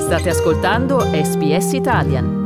State ascoltando SBS Italian.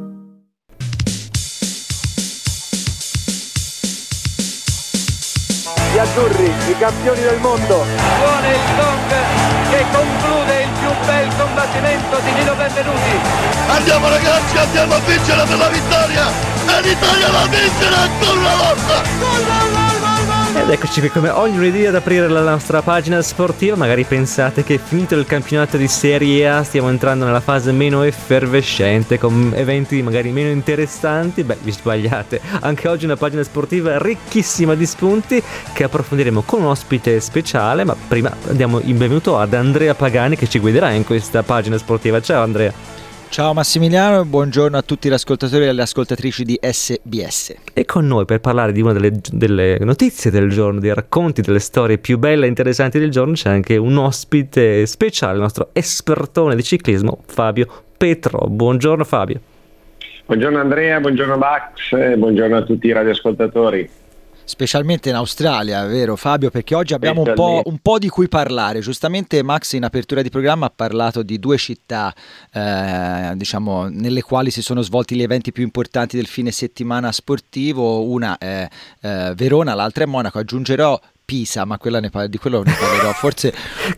Gli azzurri, i campioni del mondo. Suona il gong che conclude il più bel combattimento di Nino Benvenuti. Andiamo ragazzi, andiamo a vincere per la vittoria! E l'Italia la vincerà ancora una volta! Ed eccoci qui come ogni lunedì ad aprire la nostra pagina sportiva. Magari pensate che finito il campionato di Serie A stiamo entrando nella fase meno effervescente, con eventi magari meno interessanti. Beh, vi sbagliate. Anche oggi una pagina sportiva ricchissima di spunti che approfondiremo con un ospite speciale. Ma prima diamo il benvenuto ad Andrea Pagani, che ci guiderà in questa pagina sportiva. Ciao Andrea. Ciao Massimiliano e buongiorno a tutti gli ascoltatori e le ascoltatrici di SBS. E con noi per parlare di una delle notizie del giorno, dei racconti, delle storie più belle e interessanti del giorno, c'è anche un ospite speciale, il nostro espertone di ciclismo, Fabio Petro. Buongiorno Fabio. Buongiorno Andrea, buongiorno Max, buongiorno a tutti i radioascoltatori. Specialmente in Australia, vero Fabio? Perché oggi abbiamo un po' di cui parlare. Giustamente Max in apertura di programma ha parlato di due città diciamo nelle quali si sono svolti gli eventi più importanti del fine settimana sportivo. Una è Verona, l'altra è Monaco. Aggiungerò Pisa, ma di quello ne parlerò forse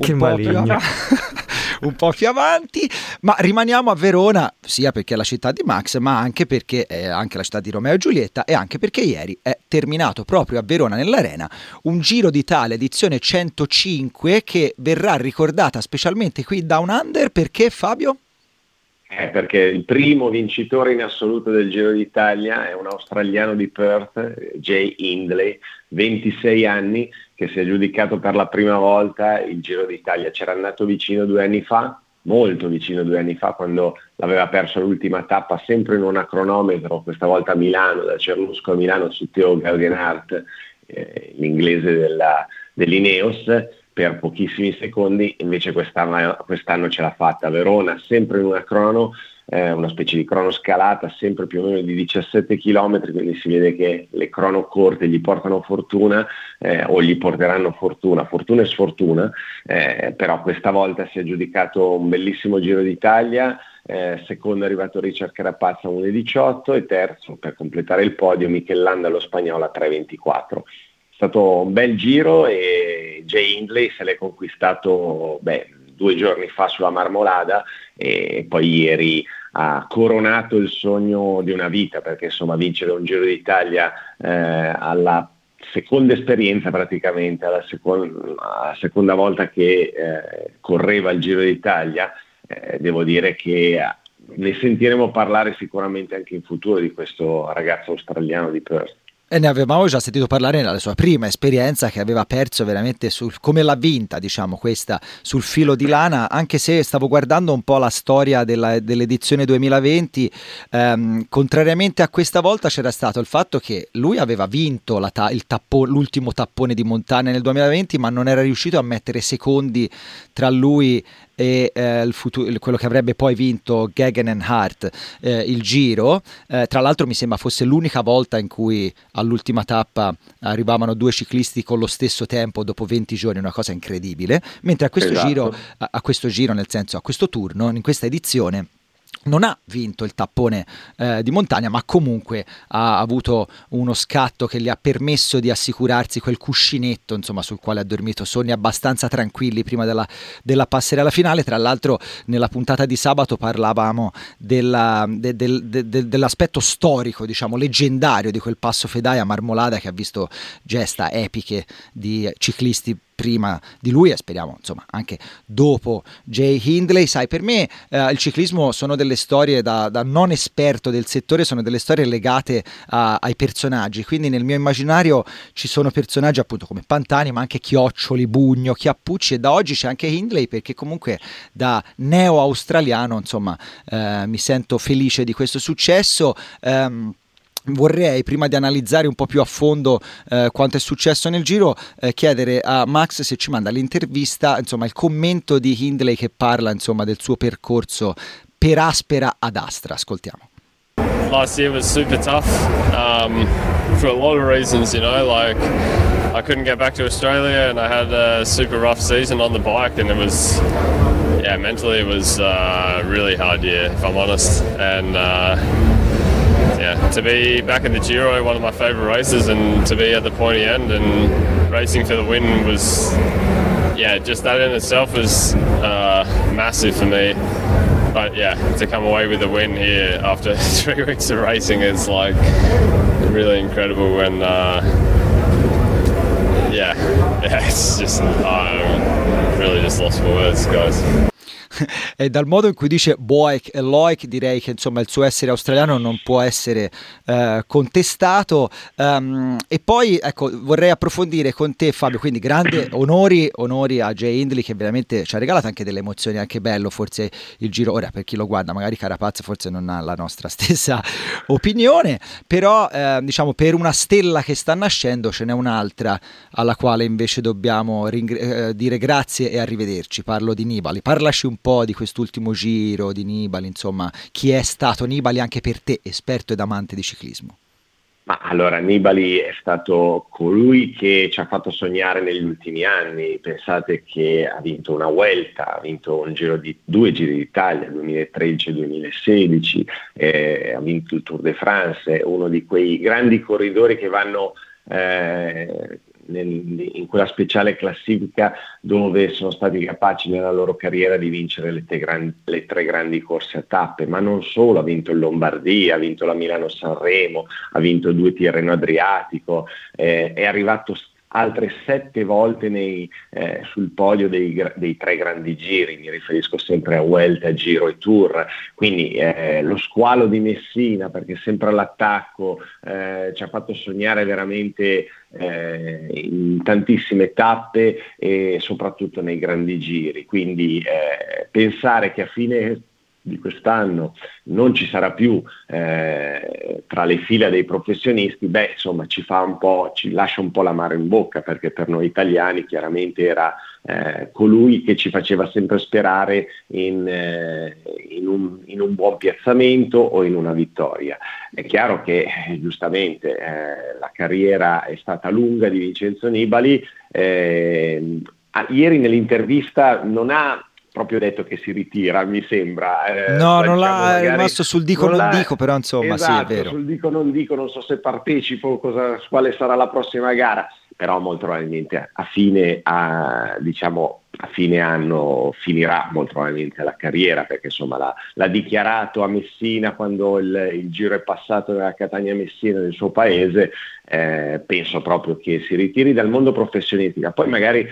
un po' più avanti, ma rimaniamo a Verona sia perché è la città di Max, ma anche perché è anche la città di Romeo e Giulietta, e anche perché ieri è terminato proprio a Verona nell'Arena un Giro d'Italia edizione 105 che verrà ricordata specialmente qui Down Under. Perché Fabio? Perché il primo vincitore in assoluto del Giro d'Italia è un australiano di Perth, Jay Hindley, 26 anni, che si è aggiudicato per la prima volta il Giro d'Italia. C'era andato vicino 2 anni fa, molto vicino 2 anni fa, quando l'aveva perso l'ultima tappa, sempre in una cronometro, questa volta a Milano, da Cernusco a Milano, su Theo Geoghegan, l'inglese dell'Ineos, per pochissimi secondi. Invece quest'anno ce l'ha fatta a Verona, sempre in una crono, una specie di crono scalata, sempre più o meno di 17 km, quindi si vede che le crono corte gli portano fortuna, o gli porteranno fortuna e sfortuna, però questa volta si è aggiudicato un bellissimo Giro d'Italia. Secondo è arrivato Richard Carapazza a 1,18 e terzo, per completare il podio, Mikel Landa, lo spagnolo, a 3,24. È stato un bel giro e Jay Hindley se l'è conquistato 2 giorni fa sulla Marmolada, e poi ieri ha coronato il sogno di una vita, perché insomma vincere un Giro d'Italia alla seconda esperienza, praticamente alla seconda volta che correva il Giro d'Italia, devo dire che ne sentiremo parlare sicuramente anche in futuro di questo ragazzo australiano di Perth. E ne avevamo già sentito parlare nella sua prima esperienza, che aveva perso veramente come l'ha vinta, diciamo, questa sul filo di lana, anche se stavo guardando un po' la storia dell'edizione 2020, contrariamente a questa volta c'era stato il fatto che lui aveva vinto l'ultimo tappone di montagna nel 2020, ma non era riuscito a mettere secondi tra lui e quello che avrebbe poi vinto Geoghegan il Giro. Tra l'altro mi sembra fosse l'unica volta in cui all'ultima tappa arrivavano 2 ciclisti con lo stesso tempo dopo 20 giorni, una cosa incredibile, mentre a questo giro, nel senso a questo turno, in questa edizione, non ha vinto il tappone di montagna, ma comunque ha avuto uno scatto che gli ha permesso di assicurarsi quel cuscinetto, insomma, sul quale ha dormito sonni abbastanza tranquilli prima della passerella finale. Tra l'altro nella puntata di sabato parlavamo dell'aspetto storico, diciamo leggendario, di quel passo Fedaia a Marmolada, che ha visto gesta epiche di ciclisti prima di lui e speriamo insomma anche dopo Jay Hindley. Sai, per me il ciclismo sono delle storie da non esperto del settore, sono delle storie legate ai personaggi, quindi nel mio immaginario ci sono personaggi appunto come Pantani, ma anche Chioccioli, Bugno, Chiappucci, e da oggi c'è anche Hindley, perché comunque da neo australiano insomma mi sento felice di questo successo. Vorrei, prima di analizzare un po' più a fondo quanto è successo nel Giro, chiedere a Max se ci manda l'intervista, insomma il commento di Hindley che parla insomma del suo percorso per Aspera ad Astra. Ascoltiamo. Last year was super tough for a lot of reasons, like I couldn't get back to Australia and I had a super rough season on the bike, and it was mentally it was a really hard year, if I'm honest. And to be back at the Giro, one of my favourite races, and to be at the pointy end and racing for the win was, just that in itself was massive for me. But to come away with a win here after 3 weeks of racing is like really incredible. And it's just I'm really just lost for words, guys. E dal modo in cui dice Boeck e Loic direi che insomma il suo essere australiano non può essere contestato. E poi ecco, vorrei approfondire con te, Fabio, quindi grande onori a Jay Hindley, che veramente ci ha regalato anche delle emozioni, anche bello forse il Giro. Ora per chi lo guarda magari Carapaz forse non ha la nostra stessa opinione, però diciamo per una stella che sta nascendo ce n'è un'altra alla quale invece dobbiamo dire grazie e arrivederci. Parlo di Nibali. Parlaci un po' di quest'ultimo Giro di Nibali, insomma, chi è stato Nibali anche per te, esperto ed amante di ciclismo? Ma allora, Nibali è stato colui che ci ha fatto sognare negli ultimi anni. Pensate che ha vinto una Vuelta, ha vinto due Giri d'Italia, 2013 e 2016, ha vinto il Tour de France, è uno di quei grandi corridori che vanno in quella speciale classifica dove sono stati capaci nella loro carriera di vincere le 3 grandi corse a tappe, ma non solo, ha vinto il Lombardia, ha vinto la Milano-Sanremo, ha vinto 2 Tirreno Adriatico, è arrivato altre 7 volte sul podio dei 3 grandi giri, mi riferisco sempre a Vuelta, Giro e Tour, quindi lo squalo di Messina, perché sempre all'attacco, ci ha fatto sognare veramente in tantissime tappe e soprattutto nei grandi giri, quindi pensare che a fine di quest'anno non ci sarà più tra le fila dei professionisti, insomma ci lascia un po' l'amaro in bocca, perché per noi italiani chiaramente era colui che ci faceva sempre sperare in un buon piazzamento o in una vittoria. È chiaro che giustamente la carriera è stata lunga di Vincenzo Nibali. Ieri nell'intervista non ha proprio detto che si ritira, mi sembra. No, non l'ha, è rimasto sul dico non dico, però insomma esatto, sì, è vero. Sul dico non dico, non so se partecipo, quale sarà la prossima gara, però molto probabilmente a fine anno finirà molto probabilmente la carriera, perché insomma l'ha dichiarato a Messina quando il Giro è passato nella Catania Messina del suo paese. Penso proprio che si ritiri dal mondo professionistico, poi magari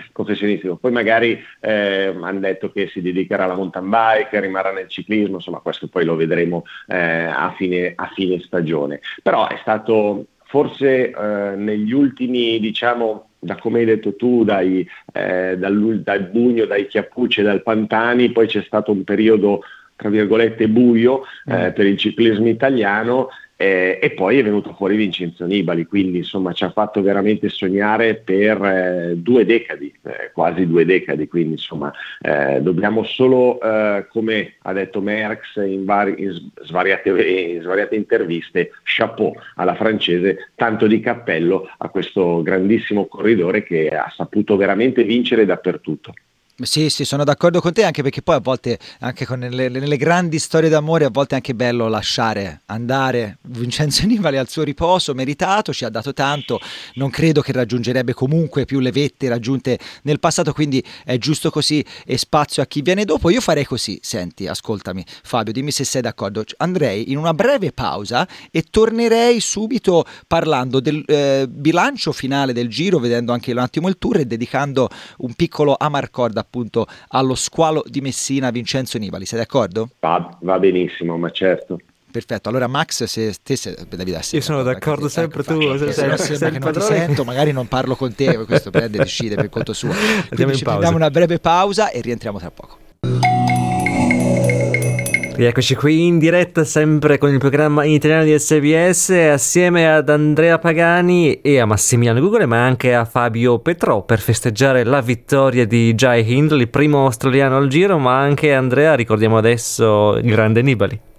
hanno detto che si dedicherà alla mountain bike, rimarrà nel ciclismo, insomma questo poi lo vedremo a fine stagione, però è stato forse negli ultimi, diciamo, da come hai detto tu, dal Bugno, dai Chiappucci e dal Pantani, poi c'è stato un periodo tra virgolette buio per il ciclismo italiano, e poi è venuto fuori Vincenzo Nibali, quindi insomma ci ha fatto veramente sognare per 2 decadi, quasi 2 decadi, quindi insomma dobbiamo solo, come ha detto Merckx in svariate interviste, chapeau alla francese, tanto di cappello a questo grandissimo corridore che ha saputo veramente vincere dappertutto. Sì, sono d'accordo con te, anche perché poi a volte anche nelle grandi storie d'amore a volte è anche bello lasciare andare Vincenzo Nibali al suo riposo meritato, ci ha dato tanto, non credo che raggiungerebbe comunque più le vette raggiunte nel passato, quindi è giusto così e spazio a chi viene dopo. Io farei così, senti, ascoltami Fabio, dimmi se sei d'accordo, andrei in una breve pausa e tornerei subito parlando del bilancio finale del Giro, vedendo anche un attimo il Tour e dedicando un piccolo Amarcord appunto allo squalo di Messina, Vincenzo Nibali. Sei d'accordo? Va benissimo, ma certo. Perfetto, allora Max, se devi darsi. Io sono d'accordo sempre tu. Sembra che non ti sento, magari non parlo con te, questo prende e decide per conto suo. Quindi ci prendiamo una breve pausa e rientriamo tra poco. Rieccoci qui in diretta sempre con il programma in italiano di SBS assieme ad Andrea Pagani e a Massimiliano Gugole, ma anche a Fabio Petrò, per festeggiare la vittoria di Jay Hindley, primo australiano al Giro, ma anche Andrea, ricordiamo adesso il grande Nibali.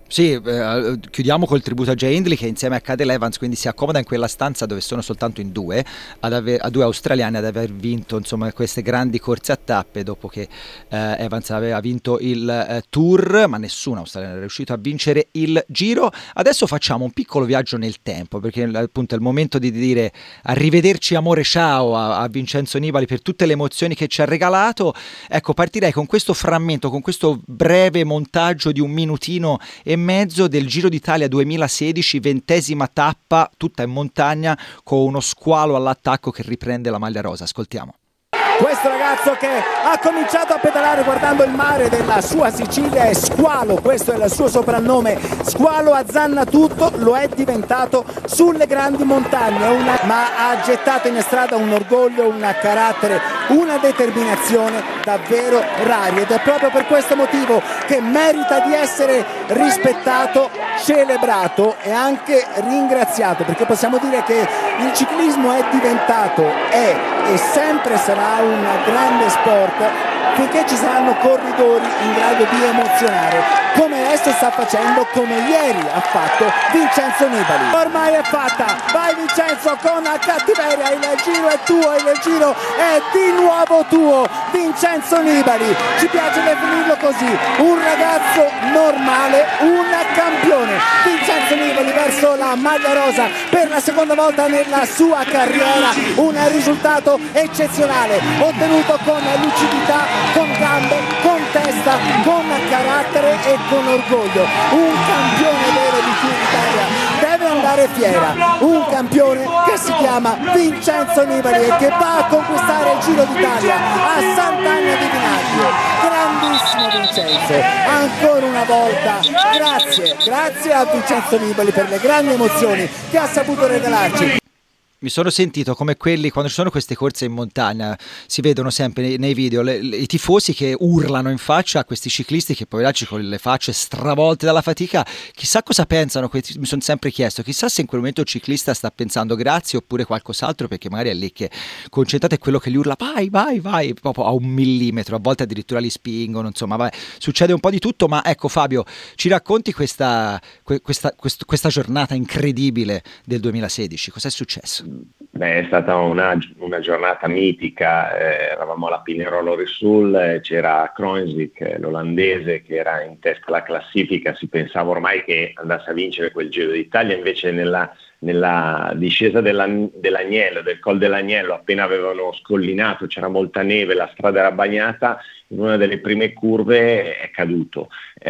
Sì, chiudiamo col tributo a Jay Hindley, che insieme a Cadel Evans quindi si accomoda in quella stanza dove sono soltanto in due, a due australiani ad aver vinto insomma queste grandi corse a tappe, dopo che Evans aveva vinto il Tour, ma nessun australiano è riuscito a vincere il Giro. Adesso facciamo un piccolo viaggio nel tempo, perché appunto è il momento di dire arrivederci amore ciao a Vincenzo Nibali per tutte le emozioni che ci ha regalato. Ecco, partirei con questo frammento, con questo breve montaggio di un minutino e mezzo del Giro d'Italia 2016, 20ª tappa, tutta in montagna, con uno squalo all'attacco che riprende la maglia rosa. Ascoltiamo. Questo ragazzo che ha cominciato a pedalare guardando il mare della sua Sicilia è Squalo, questo è il suo soprannome. Squalo azzanna tutto, lo è diventato sulle grandi montagne, ma ha gettato in strada un orgoglio, un carattere, una determinazione davvero rari, ed è proprio per questo motivo che merita di essere rispettato, celebrato e anche ringraziato, perché possiamo dire che il ciclismo è diventato, è e sempre sarà un grande sport finché ci saranno corridori in grado di emozionare, come adesso sta facendo, come ieri ha fatto Vincenzo Nibali. Ormai è fatta, vai Vincenzo con cattiveria, il giro è tuo, il giro è di nuovo tuo, Vincenzo Nibali, ci piace definirlo così, un ragazzo normale, un campione. Vincenzo Nibali verso la maglia rosa per la seconda volta nella sua carriera, un risultato eccezionale ottenuto con lucidità, con gambe, con testa, con carattere e con orgoglio. Un campione vero di Tour d'Italia deve andare fiera, un campione che si chiama Vincenzo Nibali e che va a conquistare il Giro d'Italia a Sant'Agna di Vinaggio. Grandissimo Vincenzo, ancora una volta grazie a Vincenzo Nibali per le grandi emozioni che ha saputo regalarci. Mi sono sentito come quelli, quando ci sono queste corse in montagna, si vedono sempre nei video i tifosi che urlano in faccia a questi ciclisti che poveracci con le facce stravolte dalla fatica. Chissà cosa pensano, mi sono sempre chiesto, chissà se in quel momento il ciclista sta pensando grazie oppure qualcos'altro, perché magari è lì che concentrato, è quello che gli urla vai, proprio a 1 millimetro, a volte addirittura li spingono, insomma succede un po' di tutto. Ma ecco Fabio, ci racconti questa giornata incredibile del 2016, cos'è successo? Beh, è stata una giornata mitica, eravamo alla Pinerolo Risul, c'era Kruijswijk, l'olandese, che era in testa alla classifica, si pensava ormai che andasse a vincere quel Giro d'Italia, invece nella discesa dell'Agnello, del Col dell'Agnello, appena avevano scollinato, c'era molta neve, la strada era bagnata, in una delle prime curve è caduto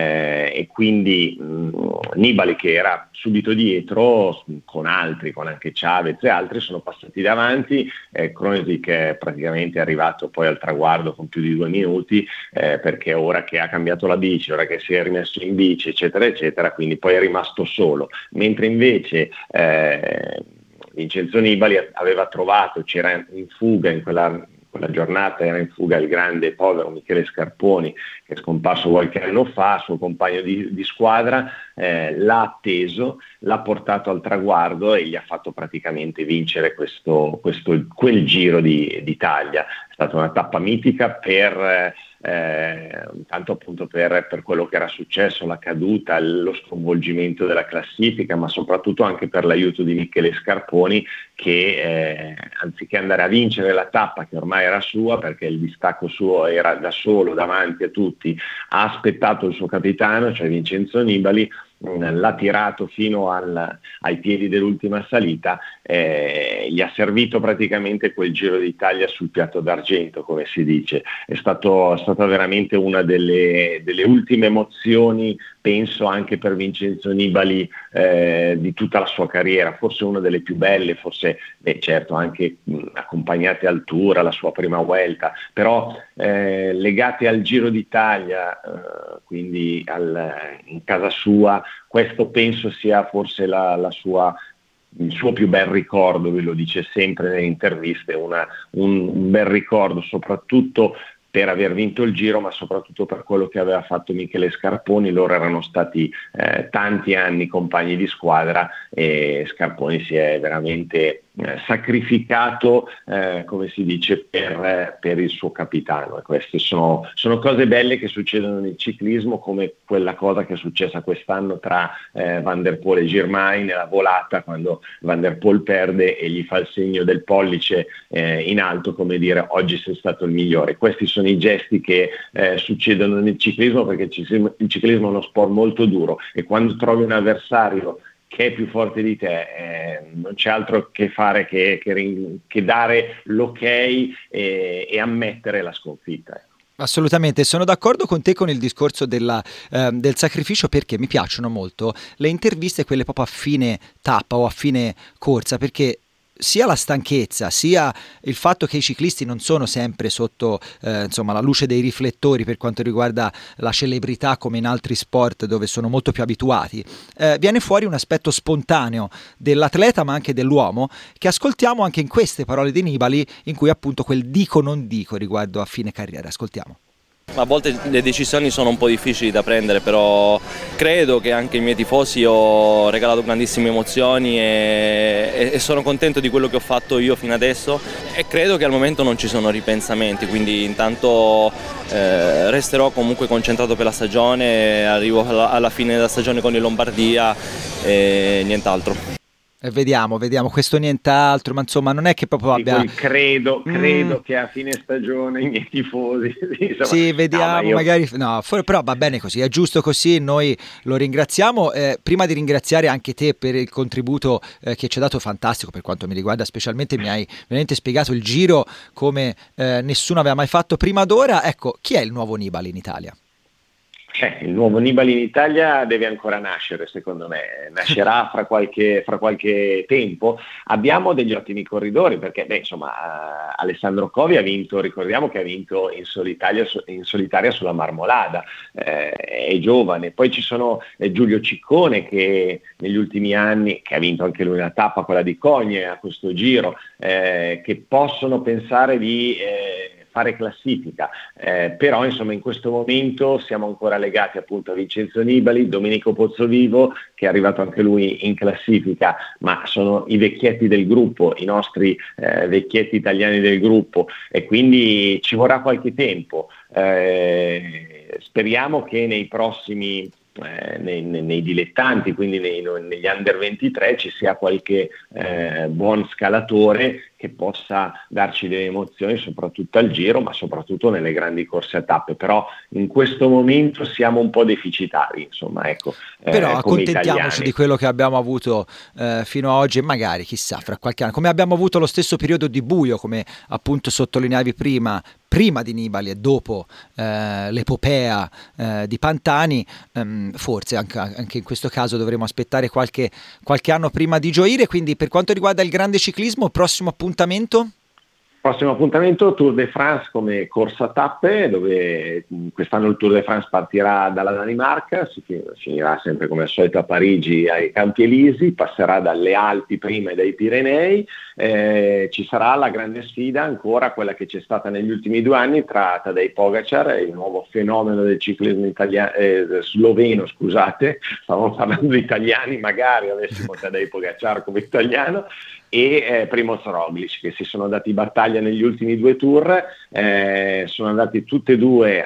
e quindi Nibali, che era subito dietro con altri, con anche Chavez e altri, sono passati davanti. Kruijswijk è praticamente arrivato poi al traguardo con più di 2 minuti perché ora che ha cambiato la bici, ora che si è rimesso in bici eccetera eccetera, quindi poi è rimasto solo, mentre invece Vincenzo Nibali aveva trovato, c'era in fuga in quella giornata, era in fuga il grande povero Michele Scarponi, che è scomparso qualche anno fa, suo compagno di squadra, l'ha atteso, l'ha portato al traguardo e gli ha fatto praticamente vincere quel Giro d'Italia. È stata una tappa mitica tanto appunto per quello che era successo, la caduta, lo sconvolgimento della classifica, ma soprattutto anche per l'aiuto di Michele Scarponi, che anziché andare a vincere la tappa, che ormai era sua perché il distacco suo era da solo davanti a tutti, ha aspettato il suo capitano, cioè Vincenzo Nibali, l'ha tirato fino ai piedi dell'ultima salita, gli ha servito praticamente quel Giro d'Italia sul piatto d'argento, come si dice. È stata veramente una delle ultime emozioni, penso anche per Vincenzo Nibali, di tutta la sua carriera, forse una delle più belle, forse certo anche accompagnate al Tour, alla sua prima Vuelta, però legate al Giro d'Italia, quindi in casa sua. Questo penso sia forse il suo più bel ricordo, lui lo dice sempre nelle interviste, un bel ricordo soprattutto per aver vinto il Giro, ma soprattutto per quello che aveva fatto Michele Scarponi. Loro erano stati tanti anni compagni di squadra e Scarponi si è veramente sacrificato, come si dice, per il suo capitano. E queste sono cose belle che succedono nel ciclismo, come quella cosa che è successa quest'anno tra Van der Poel e Girmay nella volata, quando Van der Poel perde e gli fa il segno del pollice in alto, come dire oggi sei stato il migliore. Questi sono i gesti che succedono nel ciclismo, perché il ciclismo è uno sport molto duro, e quando trovi un avversario che è più forte di te, non c'è altro che fare che dare l'ok e ammettere la sconfitta. Assolutamente, sono d'accordo con te con il discorso del sacrificio, perché mi piacciono molto le interviste, quelle proprio a fine tappa o a fine corsa, perché sia la stanchezza, sia il fatto che i ciclisti non sono sempre sotto la luce dei riflettori per quanto riguarda la celebrità come in altri sport dove sono molto più abituati, viene fuori un aspetto spontaneo dell'atleta ma anche dell'uomo, che ascoltiamo anche in queste parole di Nibali, in cui appunto quel dico non dico riguardo a fine carriera. Ascoltiamo. A volte le decisioni sono un po' difficili da prendere, però credo che anche ai miei tifosi ho regalato grandissime emozioni e sono contento di quello che ho fatto io fino adesso, e credo che al momento non ci sono ripensamenti, quindi intanto resterò comunque concentrato per la stagione, arrivo alla fine della stagione con il Lombardia e nient'altro. E vediamo questo nient'altro, ma insomma non è che proprio abbia... Credo che a fine stagione i miei tifosi... Insomma, sì, vediamo, magari... No, però va bene così, è giusto così, noi lo ringraziamo. Prima di ringraziare anche te per il contributo che ci hai dato, fantastico per quanto mi riguarda, specialmente mi hai veramente spiegato il Giro come nessuno aveva mai fatto prima d'ora. Ecco, chi è il nuovo Nibali in Italia? Il nuovo Nibali in Italia deve ancora nascere, secondo me, nascerà fra qualche tempo. Abbiamo degli ottimi corridori, perché Alessandro Covi ha vinto, ricordiamo che ha vinto in solitaria sulla Marmolada, è giovane. Poi ci sono Giulio Ciccone, che negli ultimi anni, che ha vinto anche lui una tappa, quella di Cogne a questo Giro, che possono pensare di fare classifica, però insomma in questo momento siamo ancora legati appunto a Vincenzo Nibali, Domenico Pozzovivo, che è arrivato anche lui in classifica, ma sono i vecchietti del gruppo, i nostri vecchietti italiani del gruppo, e quindi ci vorrà qualche tempo. Speriamo che nei prossimi nei dilettanti, quindi negli under 23, ci sia qualche buon scalatore che possa darci delle emozioni, soprattutto al Giro, ma soprattutto nelle grandi corse a tappe. Però in questo momento siamo un po' deficitari, insomma, ecco. Però accontentiamoci di quello che abbiamo avuto fino ad oggi, e magari chissà fra qualche anno, come abbiamo avuto lo stesso periodo di buio, come appunto sottolineavi prima di Nibali e dopo l'epopea di Pantani, forse anche in questo caso dovremo aspettare qualche anno prima di gioire. Quindi per quanto riguarda il grande ciclismo, prossimo appuntamento? Prossimo appuntamento Tour de France come corsa a tappe, dove quest'anno il Tour de France partirà dalla Danimarca, si finirà sempre come al solito a Parigi ai Campi Elisi, passerà dalle Alpi prima e dai Pirenei, ci sarà la grande sfida ancora, quella che c'è stata negli ultimi 2 anni tra Tadej Pogačar, il nuovo fenomeno del ciclismo sloveno, scusate, stavamo parlando di italiani, magari avessimo Tadej Pogačar come italiano, e Primož Roglič, che si sono dati battaglia negli ultimi 2 tour, sono andati tutte e due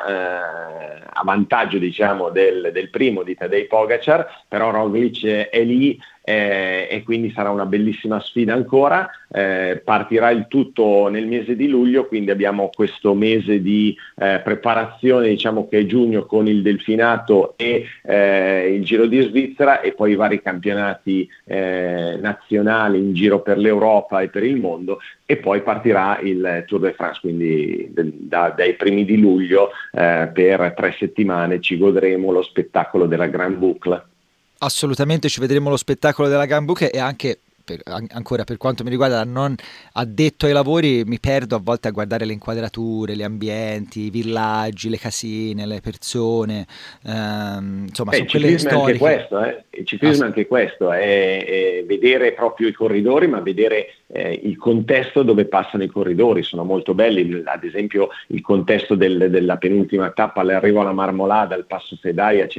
a vantaggio, diciamo, del primo, di Tadej Pogačar, però Roglič è lì, e quindi sarà una bellissima sfida ancora. Partirà il tutto nel mese di luglio, quindi abbiamo questo mese di preparazione, diciamo che è giugno, con il Delfinato e il Giro di Svizzera, e poi i vari campionati nazionali in giro per l'Europa e per il mondo, e poi partirà il Tour de France, quindi dai primi di luglio per 3 settimane ci godremo lo spettacolo della Grand Boucle. Assolutamente, ci vedremo lo spettacolo della Grand Boucle, e anche ancora per quanto mi riguarda, da non addetto ai lavori, mi perdo a volte a guardare le inquadrature, gli ambienti, i villaggi, le casine, le persone, insomma sono quelle storiche. Il ciclismo è anche questo, è vedere proprio i corridori, ma vedere il contesto dove passano i corridori. Sono molto belli, ad esempio il contesto della penultima tappa, all'arrivo alla Marmolada, al Passo Fedaia, c'era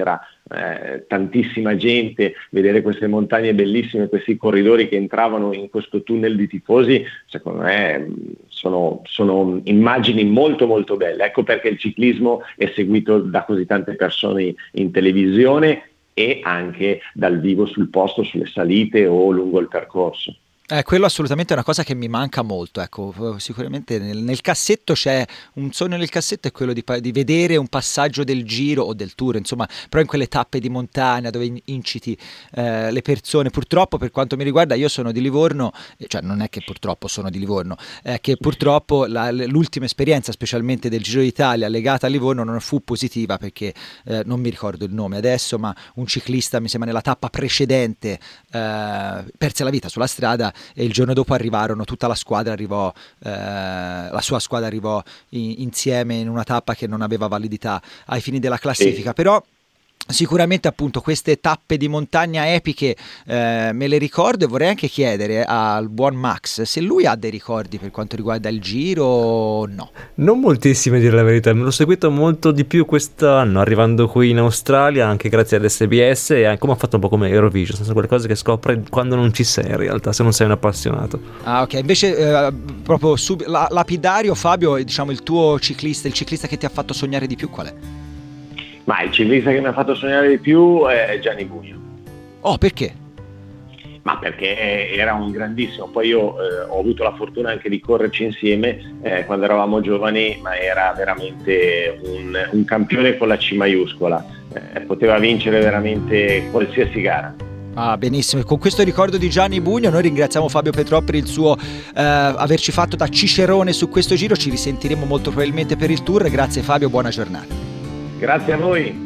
tantissima gente, vedere queste montagne bellissime, questi corridori che entravano in questo tunnel di tifosi, secondo me sono immagini molto molto belle. Ecco perché il ciclismo è seguito da così tante persone in televisione e anche dal vivo sul posto, sulle salite o lungo il percorso. Quello assolutamente è una cosa che mi manca molto, ecco, sicuramente nel cassetto c'è un sogno, nel cassetto è quello di vedere un passaggio del Giro o del Tour, insomma, però in quelle tappe di montagna dove inciti le persone. Purtroppo, per quanto mi riguarda, io sono di Livorno, cioè non è che purtroppo sono di Livorno, è che purtroppo l'ultima esperienza, specialmente del Giro d'Italia legata a Livorno, non fu positiva perché non mi ricordo il nome adesso, ma un ciclista, mi sembra nella tappa precedente, perse la vita sulla strada, e il giorno dopo tutta la squadra arrivò, la sua squadra arrivò insieme in una tappa che non aveva validità ai fini della classifica. Però sicuramente appunto queste tappe di montagna epiche me le ricordo, e vorrei anche chiedere al buon Max se lui ha dei ricordi per quanto riguarda il Giro o no. Non moltissimi, a dire la verità, me l'ho seguito molto di più quest'anno arrivando qui in Australia, anche grazie all'SBS, e come ho fatto un po' come Eurovision, sono quelle cose che scopri quando non ci sei in realtà, se non sei un appassionato. Ok, invece proprio lapidario, Fabio, diciamo il tuo ciclista, il ciclista che ti ha fatto sognare di più qual è? Ma il ciclista che mi ha fatto sognare di più è Gianni Bugno. Oh, perché? Ma perché era un grandissimo, poi io ho avuto la fortuna anche di correrci insieme quando eravamo giovani, ma era veramente un campione con la C maiuscola, poteva vincere veramente qualsiasi gara. Ah, benissimo, e con questo ricordo di Gianni Bugno noi ringraziamo Fabio Petrò per il suo averci fatto da cicerone su questo Giro. Ci risentiremo molto probabilmente per il Tour. Grazie Fabio, buona giornata. Grazie a voi.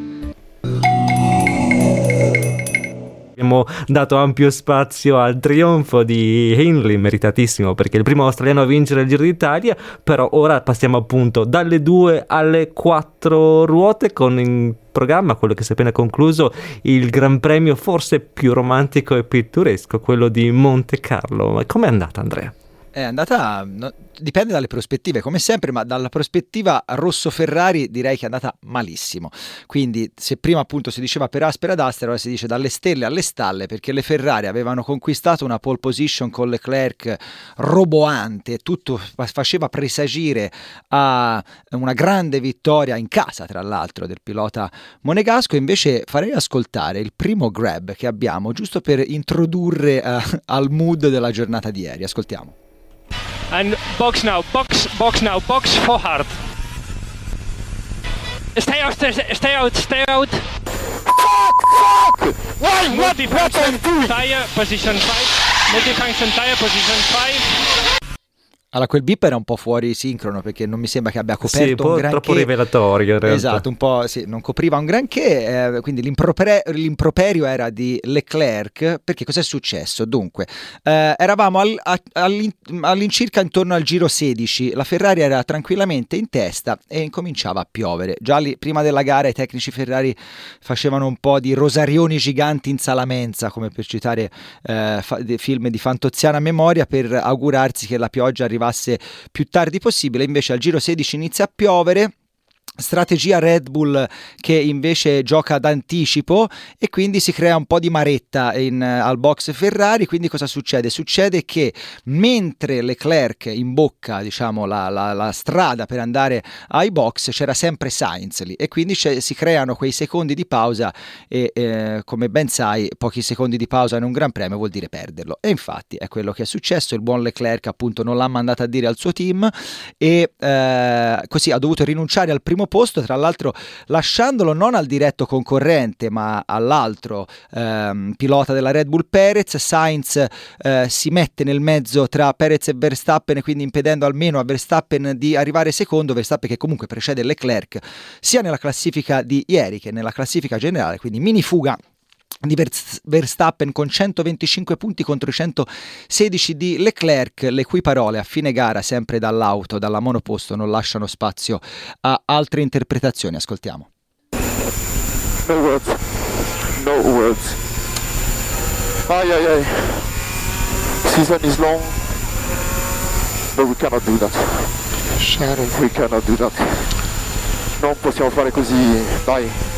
Abbiamo dato ampio spazio al trionfo di Hindley, meritatissimo perché è il primo australiano a vincere il Giro d'Italia. Però ora passiamo appunto dalle 2 alle 4 ruote con in programma quello che si è appena concluso, il Gran Premio forse più romantico e pittoresco, quello di Monte Carlo. Ma com'è andata, Andrea? È andata, dipende dalle prospettive come sempre, ma dalla prospettiva Rosso-Ferrari direi che è andata malissimo. Quindi se prima appunto si diceva per aspera d'astera, ora si dice dalle stelle alle stalle, perché le Ferrari avevano conquistato una pole position con Leclerc roboante, tutto faceva presagire a una grande vittoria in casa tra l'altro del pilota monegasco. Invece farei ascoltare il primo grab che abbiamo giusto per introdurre al mood della giornata di ieri. Ascoltiamo. And box now, box for hard. Stay out. Fuck! Why? Multifunction tire position 5. Multifunction tire position 5. Allora, quel beep era un po' fuori sincrono perché non mi sembra che abbia coperto un granché. Troppo rivelatorio in realtà. Esatto, un po' sì, non copriva un granché, quindi l'improperio era di Leclerc. Perché cos'è successo? Dunque, eravamo all'incirca intorno al giro 16, la Ferrari era tranquillamente in testa e incominciava a piovere. Già lì, prima della gara i tecnici Ferrari facevano un po' di rosarioni giganti in Salamenza, come per citare film di fantoziana memoria, per augurarsi che la pioggia arrivasse più tardi possibile. Invece al giro 16 inizia a piovere, strategia Red Bull che invece gioca d'anticipo e quindi si crea un po' di maretta al box Ferrari. Quindi cosa succede? Succede che mentre Leclerc imbocca, diciamo, la strada per andare ai box, c'era sempre Sainz lì e quindi si creano quei secondi di pausa e come ben sai pochi secondi di pausa in un Gran Premio vuol dire perderlo, e infatti è quello che è successo. Il buon Leclerc appunto non l'ha mandato a dire al suo team e così ha dovuto rinunciare al primo posto, tra l'altro lasciandolo non al diretto concorrente ma all'altro pilota della Red Bull, Perez. Sainz si mette nel mezzo tra Perez e Verstappen, quindi impedendo almeno a Verstappen di arrivare secondo. Verstappen che comunque precede Leclerc sia nella classifica di ieri che nella classifica generale, quindi mini fuga di Verstappen con 125 punti contro i 116 di Leclerc, le cui parole a fine gara sempre dall'auto, dalla monoposto, non lasciano spazio a altre interpretazioni. Ascoltiamo. No words. Ai. Season is long, but we cannot do that. Sharon, we cannot do that. Non possiamo fare così, dai.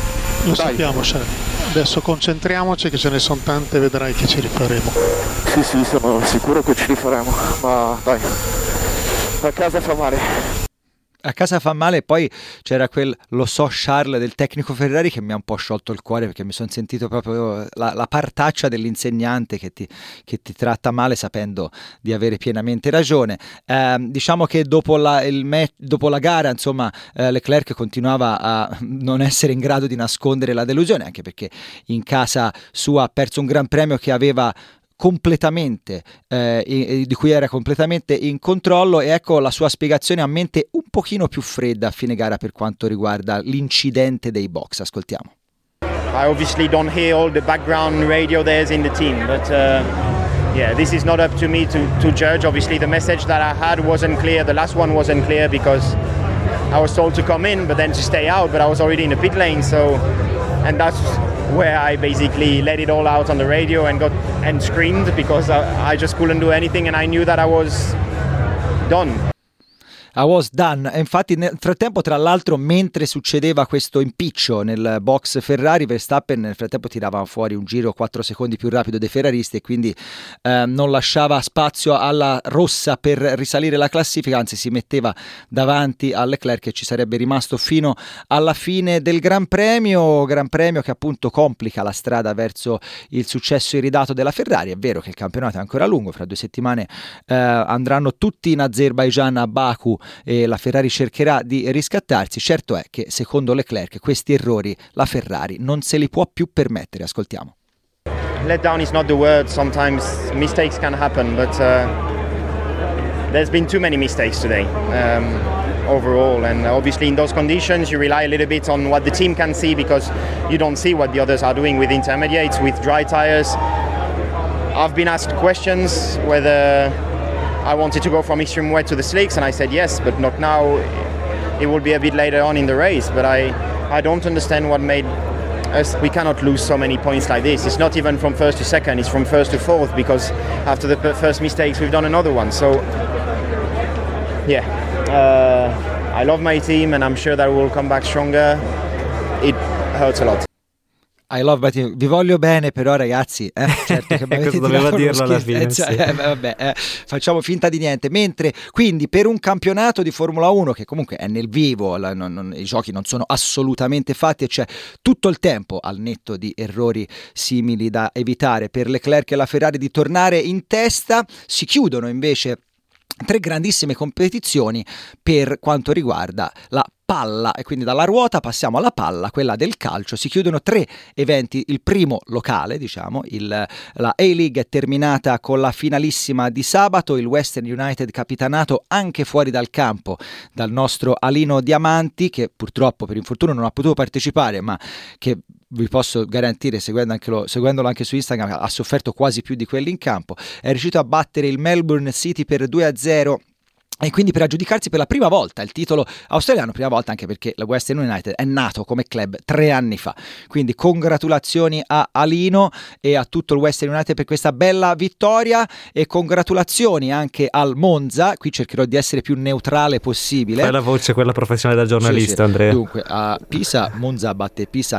Lo sappiamo, adesso concentriamoci che ce ne sono tante, vedrai che ci rifaremo. Sì, sono sicuro che ci rifaremo, ma dai, a casa fa male. A casa fa male, e poi c'era lo so Charles del tecnico Ferrari che mi ha un po' sciolto il cuore, perché mi sono sentito proprio la partaccia dell'insegnante che ti tratta male sapendo di avere pienamente ragione. Diciamo che dopo la gara, insomma, Leclerc continuava a non essere in grado di nascondere la delusione, anche perché in casa sua ha perso un gran premio che aveva completamente di cui era completamente in controllo, e ecco la sua spiegazione a mente un pochino più fredda a fine gara per quanto riguarda l'incidente dei box. Ascoltiamo. I obviously don't hear all the background radio there's in the team, but yeah, this is not up to me to judge. Obviously the message that I had wasn't clear, the last one wasn't clear because I was told to come in but then to stay out, but I was already in the pit lane, and that's where I basically let it all out on the radio and screamed because I just couldn't do anything and I knew that I was done. I was done. E infatti nel frattempo, tra l'altro, mentre succedeva questo impiccio nel box Ferrari, Verstappen nel frattempo tirava fuori un giro 4 secondi più rapido dei ferraristi e quindi non lasciava spazio alla rossa per risalire la classifica, anzi si metteva davanti a Leclerc e ci sarebbe rimasto fino alla fine del Gran Premio che appunto complica la strada verso il successo iridato della Ferrari. È vero che il campionato è ancora lungo, fra 2 settimane andranno tutti in Azerbaigian, a Baku, e la Ferrari cercherà di riscattarsi. Certo è che secondo Leclerc questi errori la Ferrari non se li può più permettere. Ascoltiamo. Let down is not the word. Sometimes mistakes can happen, but there's been too many mistakes today overall, and obviously in those conditions you rely a little bit on what the team can see because you don't see what the others are doing with intermediates, with dry tires. I've been asked questions whether I wanted to go from extreme wet to the slicks, and I said yes, but not now. It will be a bit later on in the race, but I don't understand what made us. We cannot lose so many points like this. It's not even from first to second, it's from first to fourth, because after the first mistakes we've done another one. So yeah, I love my team and I'm sure that we'll come back stronger. It hurts a lot. I love my team. Vi voglio bene, però ragazzi, certo che questo doveva dirlo alla fine, facciamo finta di niente. Mentre quindi per un campionato di Formula 1 che comunque è nel vivo, i giochi non sono assolutamente fatti e c'è tutto il tempo, al netto di errori simili da evitare, per Leclerc e la Ferrari di tornare in testa, si chiudono invece 3 grandissime competizioni per quanto riguarda la palla, e quindi dalla ruota passiamo alla palla, quella del calcio. Si chiudono 3 eventi. Il primo locale, diciamo, la A-League è terminata con la finalissima di sabato, il Western United capitanato anche fuori dal campo dal nostro Alino Diamanti, che purtroppo per infortunio non ha potuto partecipare, ma che vi posso garantire, seguendolo anche su Instagram, ha sofferto quasi più di quelli in campo. È riuscito a battere il Melbourne City per 2-0 e quindi per aggiudicarsi per la prima volta il titolo australiano, prima volta anche perché la Western United è nato come club 3 anni fa. Quindi congratulazioni a Alino e a tutto il Western United per questa bella vittoria, e congratulazioni anche al Monza. Qui cercherò di essere più neutrale possibile. Fai la voce, quella professionale da giornalista, sì. Andrea. Dunque, a Pisa, Monza batte Pisa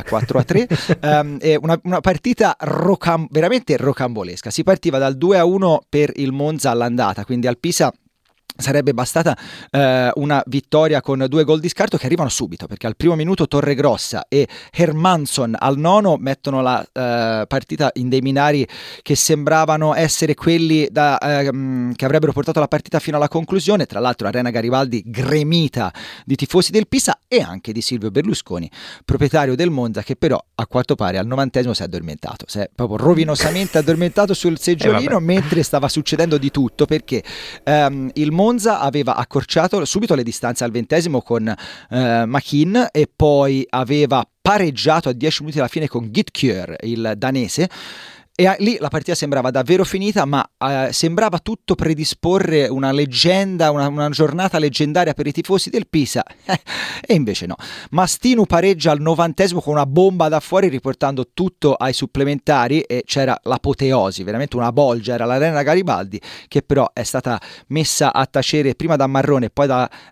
4-3. È una partita veramente rocambolesca. Si partiva dal 2-1 per il Monza all'andata, quindi al Pisa sarebbe bastata una vittoria con 2 gol di scarto che arrivano subito, perché al primo minuto Torregrossa e Hermansson al 9 mettono la partita in dei binari che sembravano essere quelli che avrebbero portato la partita fino alla conclusione. Tra l'altro Arena Garibaldi gremita di tifosi del Pisa e anche di Silvio Berlusconi, proprietario del Monza, che però a quanto pare al 90° si è addormentato, si è proprio rovinosamente addormentato sul seggiolino mentre stava succedendo di tutto, perché il Monza aveva accorciato subito le distanze al 20° con Makin, e poi aveva pareggiato a 10 minuti alla fine con Gitkjær, il danese, E lì la partita sembrava davvero finita, ma sembrava tutto predisporre una leggenda, una giornata leggendaria per i tifosi del Pisa, e invece no. Mastinu pareggia al 90° con una bomba da fuori, riportando tutto ai supplementari, e c'era l'apoteosi, veramente una bolgia, era l'Arena Garibaldi, che però è stata messa a tacere prima da Marrone e poi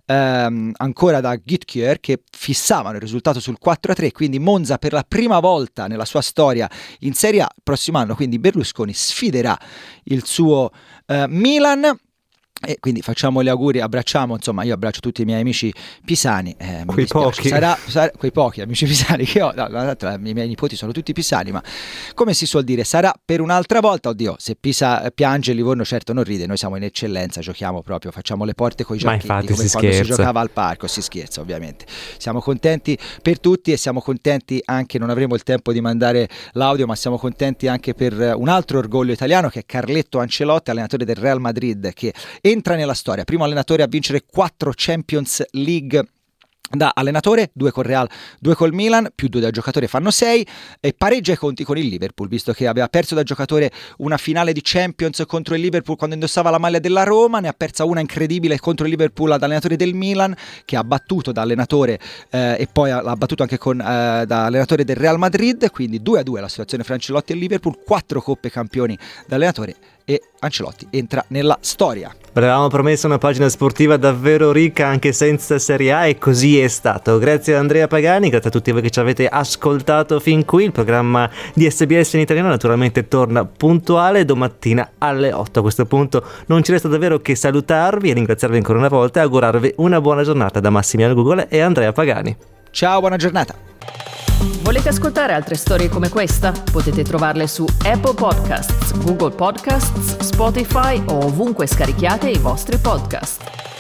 ancora da Gytkjær, che fissavano il risultato sul 4-3, quindi Monza per la prima volta nella sua storia in Serie A prossimo anno, quindi Berlusconi sfiderà il suo Milan. E quindi facciamo gli auguri, abbracciamo, insomma io abbraccio tutti i miei amici pisani, quei pochi quei pochi amici pisani che ho, i miei nipoti sono tutti pisani, ma come si suol dire, sarà per un'altra volta. Oddio, se Pisa piange Livorno certo non ride, noi siamo in eccellenza, giochiamo proprio, facciamo le porte coi giochetti come quando si giocava al parco, si scherza ovviamente. Siamo contenti per tutti e siamo contenti anche, non avremo il tempo di mandare l'audio, ma siamo contenti anche per un altro orgoglio italiano, che è Carletto Ancelotti, allenatore del Real Madrid, che entra nella storia, primo allenatore a vincere 4 Champions League da allenatore, 2 col Real, 2 col Milan, più 2 da giocatore fanno 6, e pareggia i conti con il Liverpool, visto che aveva perso da giocatore una finale di Champions contro il Liverpool quando indossava la maglia della Roma, ne ha persa una incredibile contro il Liverpool ad allenatore del Milan, che ha battuto da allenatore e poi l'ha battuto anche da allenatore del Real Madrid, quindi 2-2 la situazione fra Ancelotti e Liverpool, 4 coppe campioni da allenatore, e Ancelotti entra nella storia. Avevamo promesso una pagina sportiva davvero ricca anche senza Serie A, e così è stato. Grazie a Andrea Pagani, grazie a tutti voi che ci avete ascoltato fin qui. Il programma di SBS in italiano naturalmente torna puntuale domattina alle 8. A questo punto non ci resta davvero che salutarvi e ringraziarvi ancora una volta e augurarvi una buona giornata da Massimiliano Gugola e Andrea Pagani. Ciao, buona giornata. Volete ascoltare altre storie come questa? Potete trovarle su Apple Podcasts, Google Podcasts, Spotify o ovunque scarichiate i vostri podcast.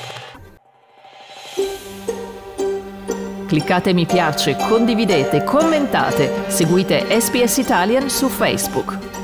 Cliccate mi piace, condividete, commentate, seguite SBS Italian su Facebook.